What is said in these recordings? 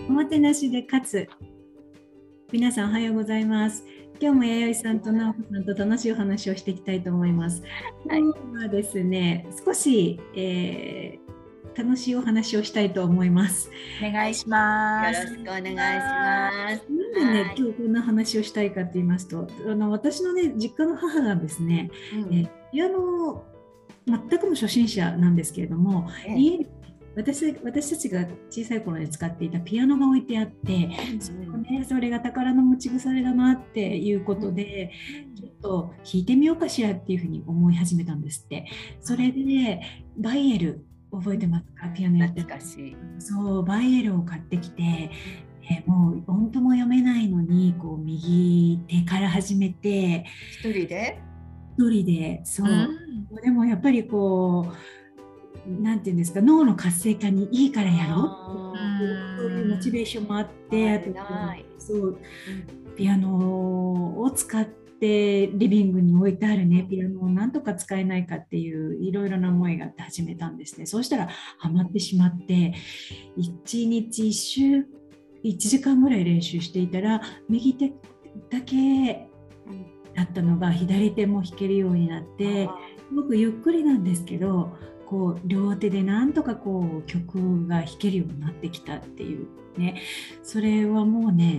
おもてなしで勝つ。皆さんおはようございます。今日も弥生さんと直子さんと楽しいお話をしていきたいと思います。今日はですね、少し、楽しいお話をしたいと思います。 お願いします。 よろしくお願いします。 なんでね、今日こんな話をしたいかと言いますと、私のね、実家の母がですね、ピアノ全くの初心者なんですけれども、家に私たちが小さい頃に使っていたピアノが置いてあって、それが宝の持ち腐れだなっていうことで、ちょっと弾いてみようかしらっていうふうに思い始めたんですって。それでバイエル覚えてますか？ピアノやって懐かしい。 そう、バイエルを買ってきて、もう音符も読めないのにこう右手から始めて一人でそう、でもやっぱりこうなんていうんですか、脳の活性化にいいからやろうそういうモチベーションもあって、あとそうピアノを使ってリビングに置いてあるねピアノをなんとか使えないかっていういろいろな思いがあって始めたんですね。そうしたらハマってしまって1日1時間ぐらい練習していたら右手だけだったのが左手も弾けるようになってすごくゆっくりなんですけどこう両手でなんとかこう曲が弾けるようになってきたっていうね、それはもうね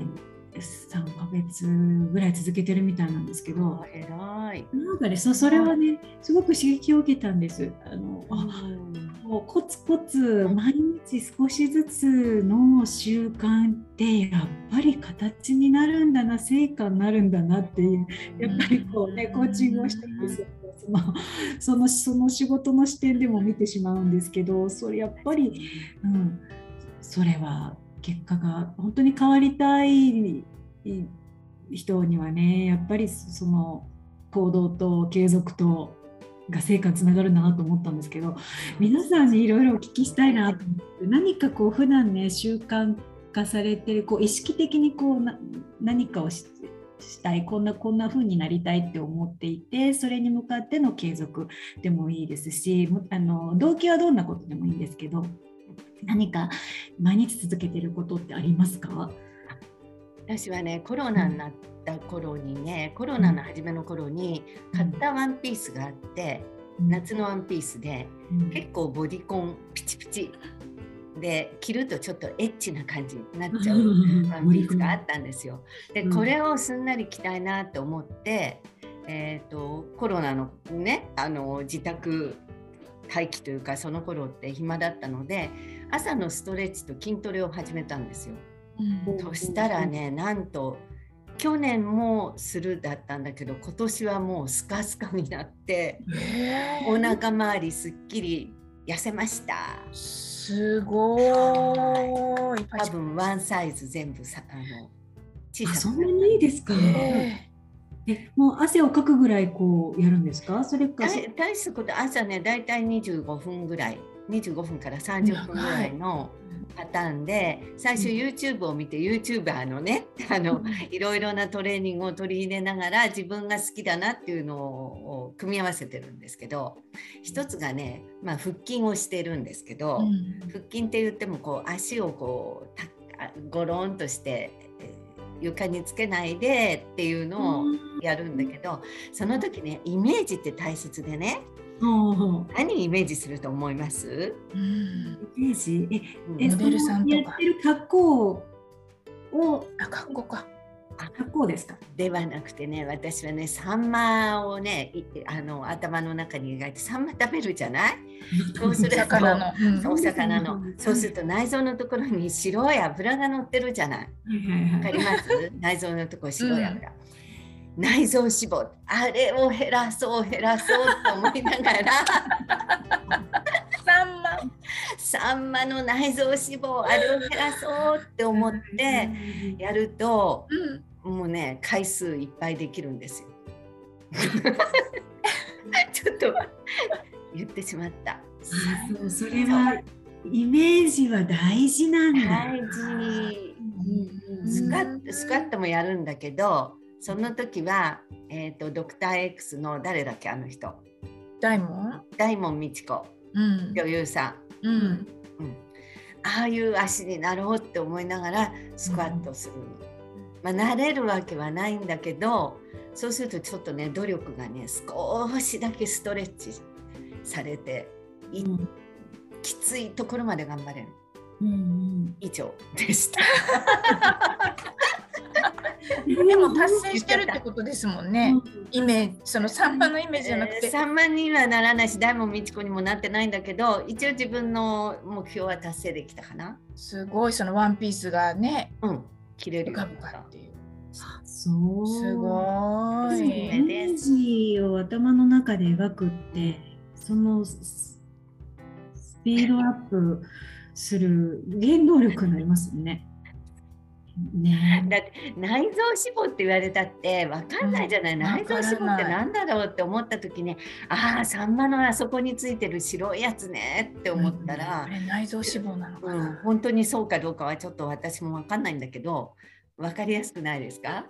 3ヶ月ぐらい続けてるみたいなんですけど、 偉い。 なんかね、それはねすごく刺激を受けたんです。コツコツ毎日少しずつの習慣ってやっぱり形になるんだな、成果になるんだなっていう、やっぱりこうねコーチングをしてるんですよ。その仕事の視点でも見てしまうんですけど、それやっぱり、それは結果が本当に変わりたい人にはね、やっぱりその行動と継続とが成果につながるなと思ったんですけど、皆さんにいろいろお聞きしたいなと思って、何かこう普段ね習慣化されてるこう意識的にこう何かをしたい、こんな風になりたいって思っていて、それに向かっての継続でもいいですし、動機はどんなことでもいいんですけど、何か毎日続けてることってありますか？ 私はね、コロナになった頃にね、コロナの初めの頃に買ったワンピースがあって、夏のワンピースで、結構ボディコンピチピチで着るとちょっとエッチな感じになっちゃうワンピースがあったんですよ。でこれをすんなり着たいなと思って、コロナのね自宅待機というかその頃って暇だったので朝のストレッチと筋トレを始めたんですよ。そしたらね、なんと去年もするだったんだけど今年はもうスカスカになって、お腹周りすっきり痩せました。 すごい。 多分ワンサイズ全部小さく。 そんなにいいですか？もう汗をかくぐらいこうやるんですか？それか大したこと朝ねだいたい25分ぐらい25分から30分ぐらいのパターンで、最初 YouTube を見て YouTuber のねいろいろなトレーニングを取り入れながら自分が好きだなっていうのを組み合わせてるんですけど、一つがね、腹筋をしてるんですけど、腹筋って言ってもこう足をこうゴロンとして床につけないでっていうのをやるんだけど、その時ねイメージって大切でね、何イメージすると思います？ イメージモデルさんとかやってる格好を格好ですか？ ではなくてね、私はねサンマをね頭の中に描いてサンマ食べるじゃない？そうするとお魚のそうすると内臓のところに白い油が乗ってるじゃない？わかります？内臓のところ白い油、内臓脂肪あれを減らそうと思いながらサンマの内臓脂肪あれを減らそうって思ってやると、もうね回数いっぱいできるんですよ。ちょっと言ってしまったそれはイメージは大事なんだ。 大事。スカットもやるんだけど、その時は、ドクター X の誰だっけあの人、大門未知子、女優さん、 ああいう足になろうって思いながらスクワットする、慣れるわけはないんだけど、そうするとちょっとね努力がね少しだけストレッチされて、きついところまで頑張れる、以上でした。 でも達成してるってことですもんね。イメージ、そのサンマのイメージじゃなくて。 サンマにはならないし、大門みちこにもなってないんだけど、一応自分の目標は達成できたかな。 すごい、そのワンピースがね、 着れるようになったっていう。 そう。 すごい。 イメージを頭の中で描くって、そのスピードアップする原動力になりますよね。 だって内臓脂肪って言われたって分かんないじゃない、内臓脂肪って何だろうって思った時に、ああサンマのあそこについてる白いやつねって思ったら、 あれ内臓脂肪なのかな、 本当にそうかどうかはちょっと私も分かんないんだけど、分かりやすくないですか？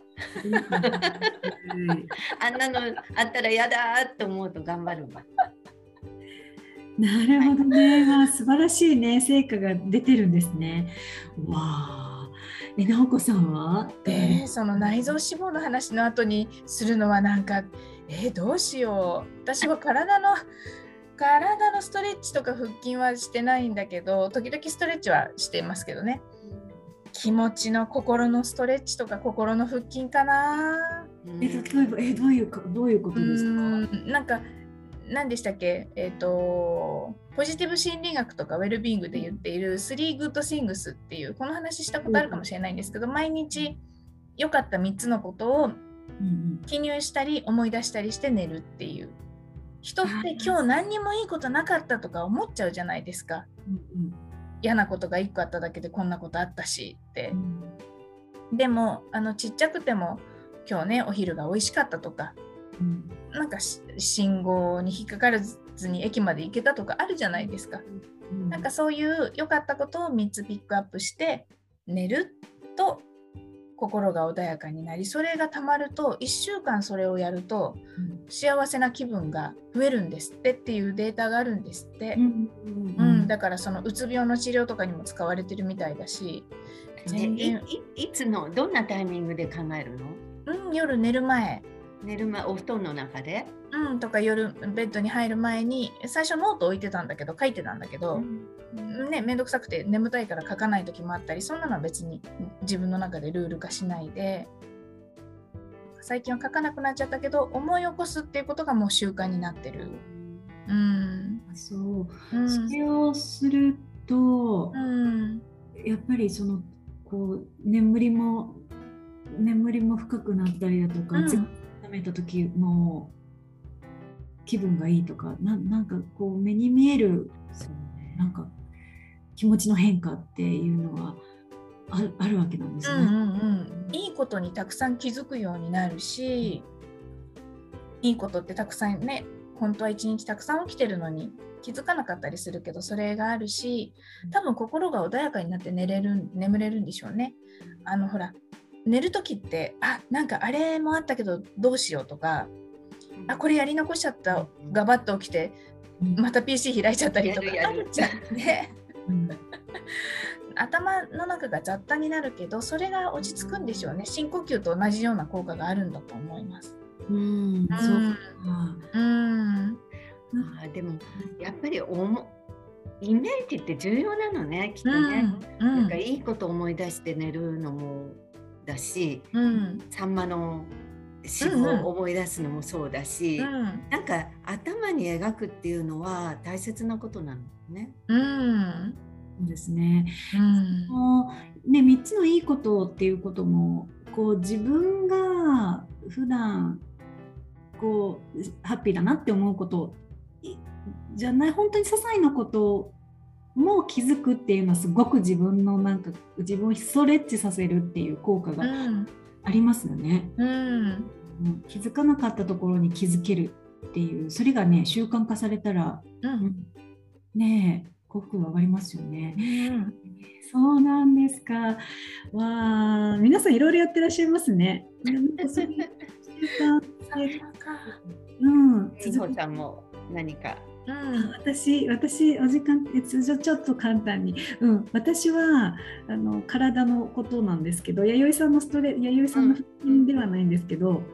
あんなのあったら嫌だって思うと頑張るわ。 なるほどね、素晴らしいね成果が出てるんですね。わあ。直子さんは、 その内臓脂肪の話の後にするのはなんかどうしよう。私は体のストレッチとか腹筋はしてないんだけど、時々ストレッチはしていますけどね。気持ちの心のストレッチとか心の腹筋かな。 例えばどういうことですか？ なんか何でしたっけ、ポジティブ心理学とかウェルビーイングで言っている3 good things っていう、この話したことあるかもしれないんですけど、毎日良かった3つのことを記入したり思い出したりして寝るっていう。人って今日何にもいいことなかったとか思っちゃうじゃないですか。嫌なことが1個あっただけでこんなことあったしって。でもちっちゃくても今日ねお昼が美味しかったとか、なんか信号に引っかからずに駅まで行けたとかあるじゃないですか。なんかそういう良かったことを3つピックアップして寝ると心が穏やかになり、それがたまると1週間それをやると幸せな気分が増えるんですっていうデータがあるんですって。だからそのうつ病の治療とかにも使われてるみたいだし、 いつのどんなタイミングで考えるの？ 夜寝る前お布団の中で、 とか夜ベッドに入る前に最初ノート置いてたんだけど、書いてたんだけど、めんどくさくて眠たいから書かない時もあったり、そんなのは別に自分の中でルール化しないで、最近は書かなくなっちゃったけど思い起こすっていうことがもう習慣になってる。 それをすると、やっぱりそのこう眠りも深くなったりだとか、冷めた時の気分がいいとか、なんかこう目に見えるなんか気持ちの変化っていうのはあるわけなんですね。 いいことにたくさん気づくようになるし、いいことってたくさんね、本当は一日たくさん起きてるのに気づかなかったりするけど、それがあるし、多分心が穏やかになって眠れるんでしょうね。ほら寝るときってなんかあれもあったけどどうしようとか、これやり残しちゃった、ガバッと起きてまた PC 開いちゃったりとかあるじゃんね。頭の中が雑多になるけど、それが落ち着くんでしょうね。深呼吸と同じような効果があるんだと思います。 でもやっぱりイメージって重要なのね、きっとね。なんかいいことを思い出して寝るのもだし、サンマの脂肪を思い出すのもそうだし、なんか頭に描くっていうのは大切なことなのね。 そうですね。3つのいいことっていうこともこう自分が普段こうハッピーだなって思うことじゃない、本当に些細なことも気づくっていうのはすごく自分をストレッチさせるっていう効果がありますよね。気づかなかったところに気づけるっていう、それがね習慣化されたら、幸福が上がりますよね。そうなんですか。皆さんいろいろやってらっしゃいますね。習慣美穂さんも何か私お時間ちょっと簡単に、私は体のことなんですけど、弥生さんの腹筋ではないんですけど、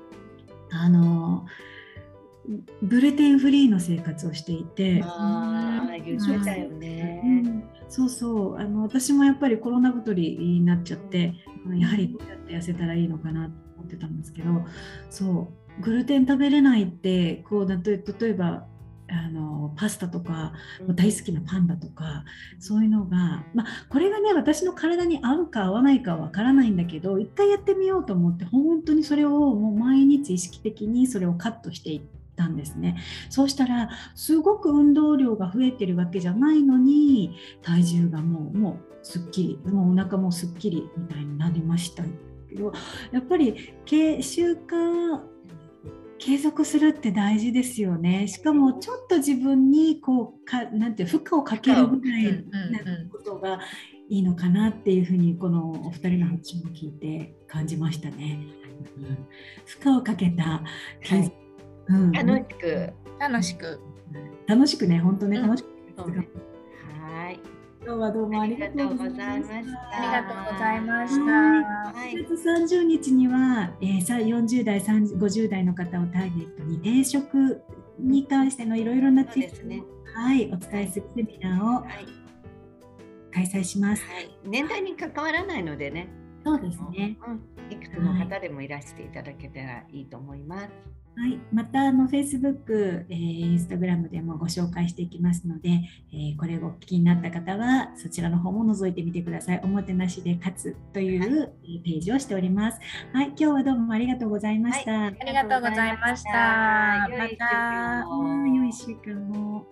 グルテンフリーの生活をしていて、 言ってたよね。 そうそう、私もやっぱりコロナ太りになっちゃって、やはりどうやって痩せたらいいのかなと思ってたんですけど、そうグルテン食べれないって例えばパスタとか大好きなパンダとか、そういうのが、これがね私の体に合うか合わないかはわからないんだけど、一回やってみようと思って本当にそれをもう毎日意識的にそれをカットしていったんですね。そうしたらすごく運動量が増えてるわけじゃないのに、体重がもうすっきり、もうお腹もすっきりみたいになりましたけど、やっぱり習慣継続するって大事ですよね。しかもちょっと自分になんて負荷をかけるぐらいなことがいいのかなっていうふうに、このお二人の話も聞いて感じましたね。負荷をかけた、楽しくね、本当ね、楽しく。今日はどうもありがとうございました。 ありがとうございました。 4月30日には、40代、50代の方をターゲットに転職に関してのいろいろな知識を、お伝えするセミナーを開催します。 年代に関わらないのでね。 そうですね。 いくつの方でもいらしていただけたらいいと思います。 またFacebook、Instagram でもご紹介していきますので、これをお聞きになった方はそちらの方も覗いてみてください。おもてなしで勝つというページをしております。今日はどうもありがとうございました。 ありがとうございました。また良い週間を。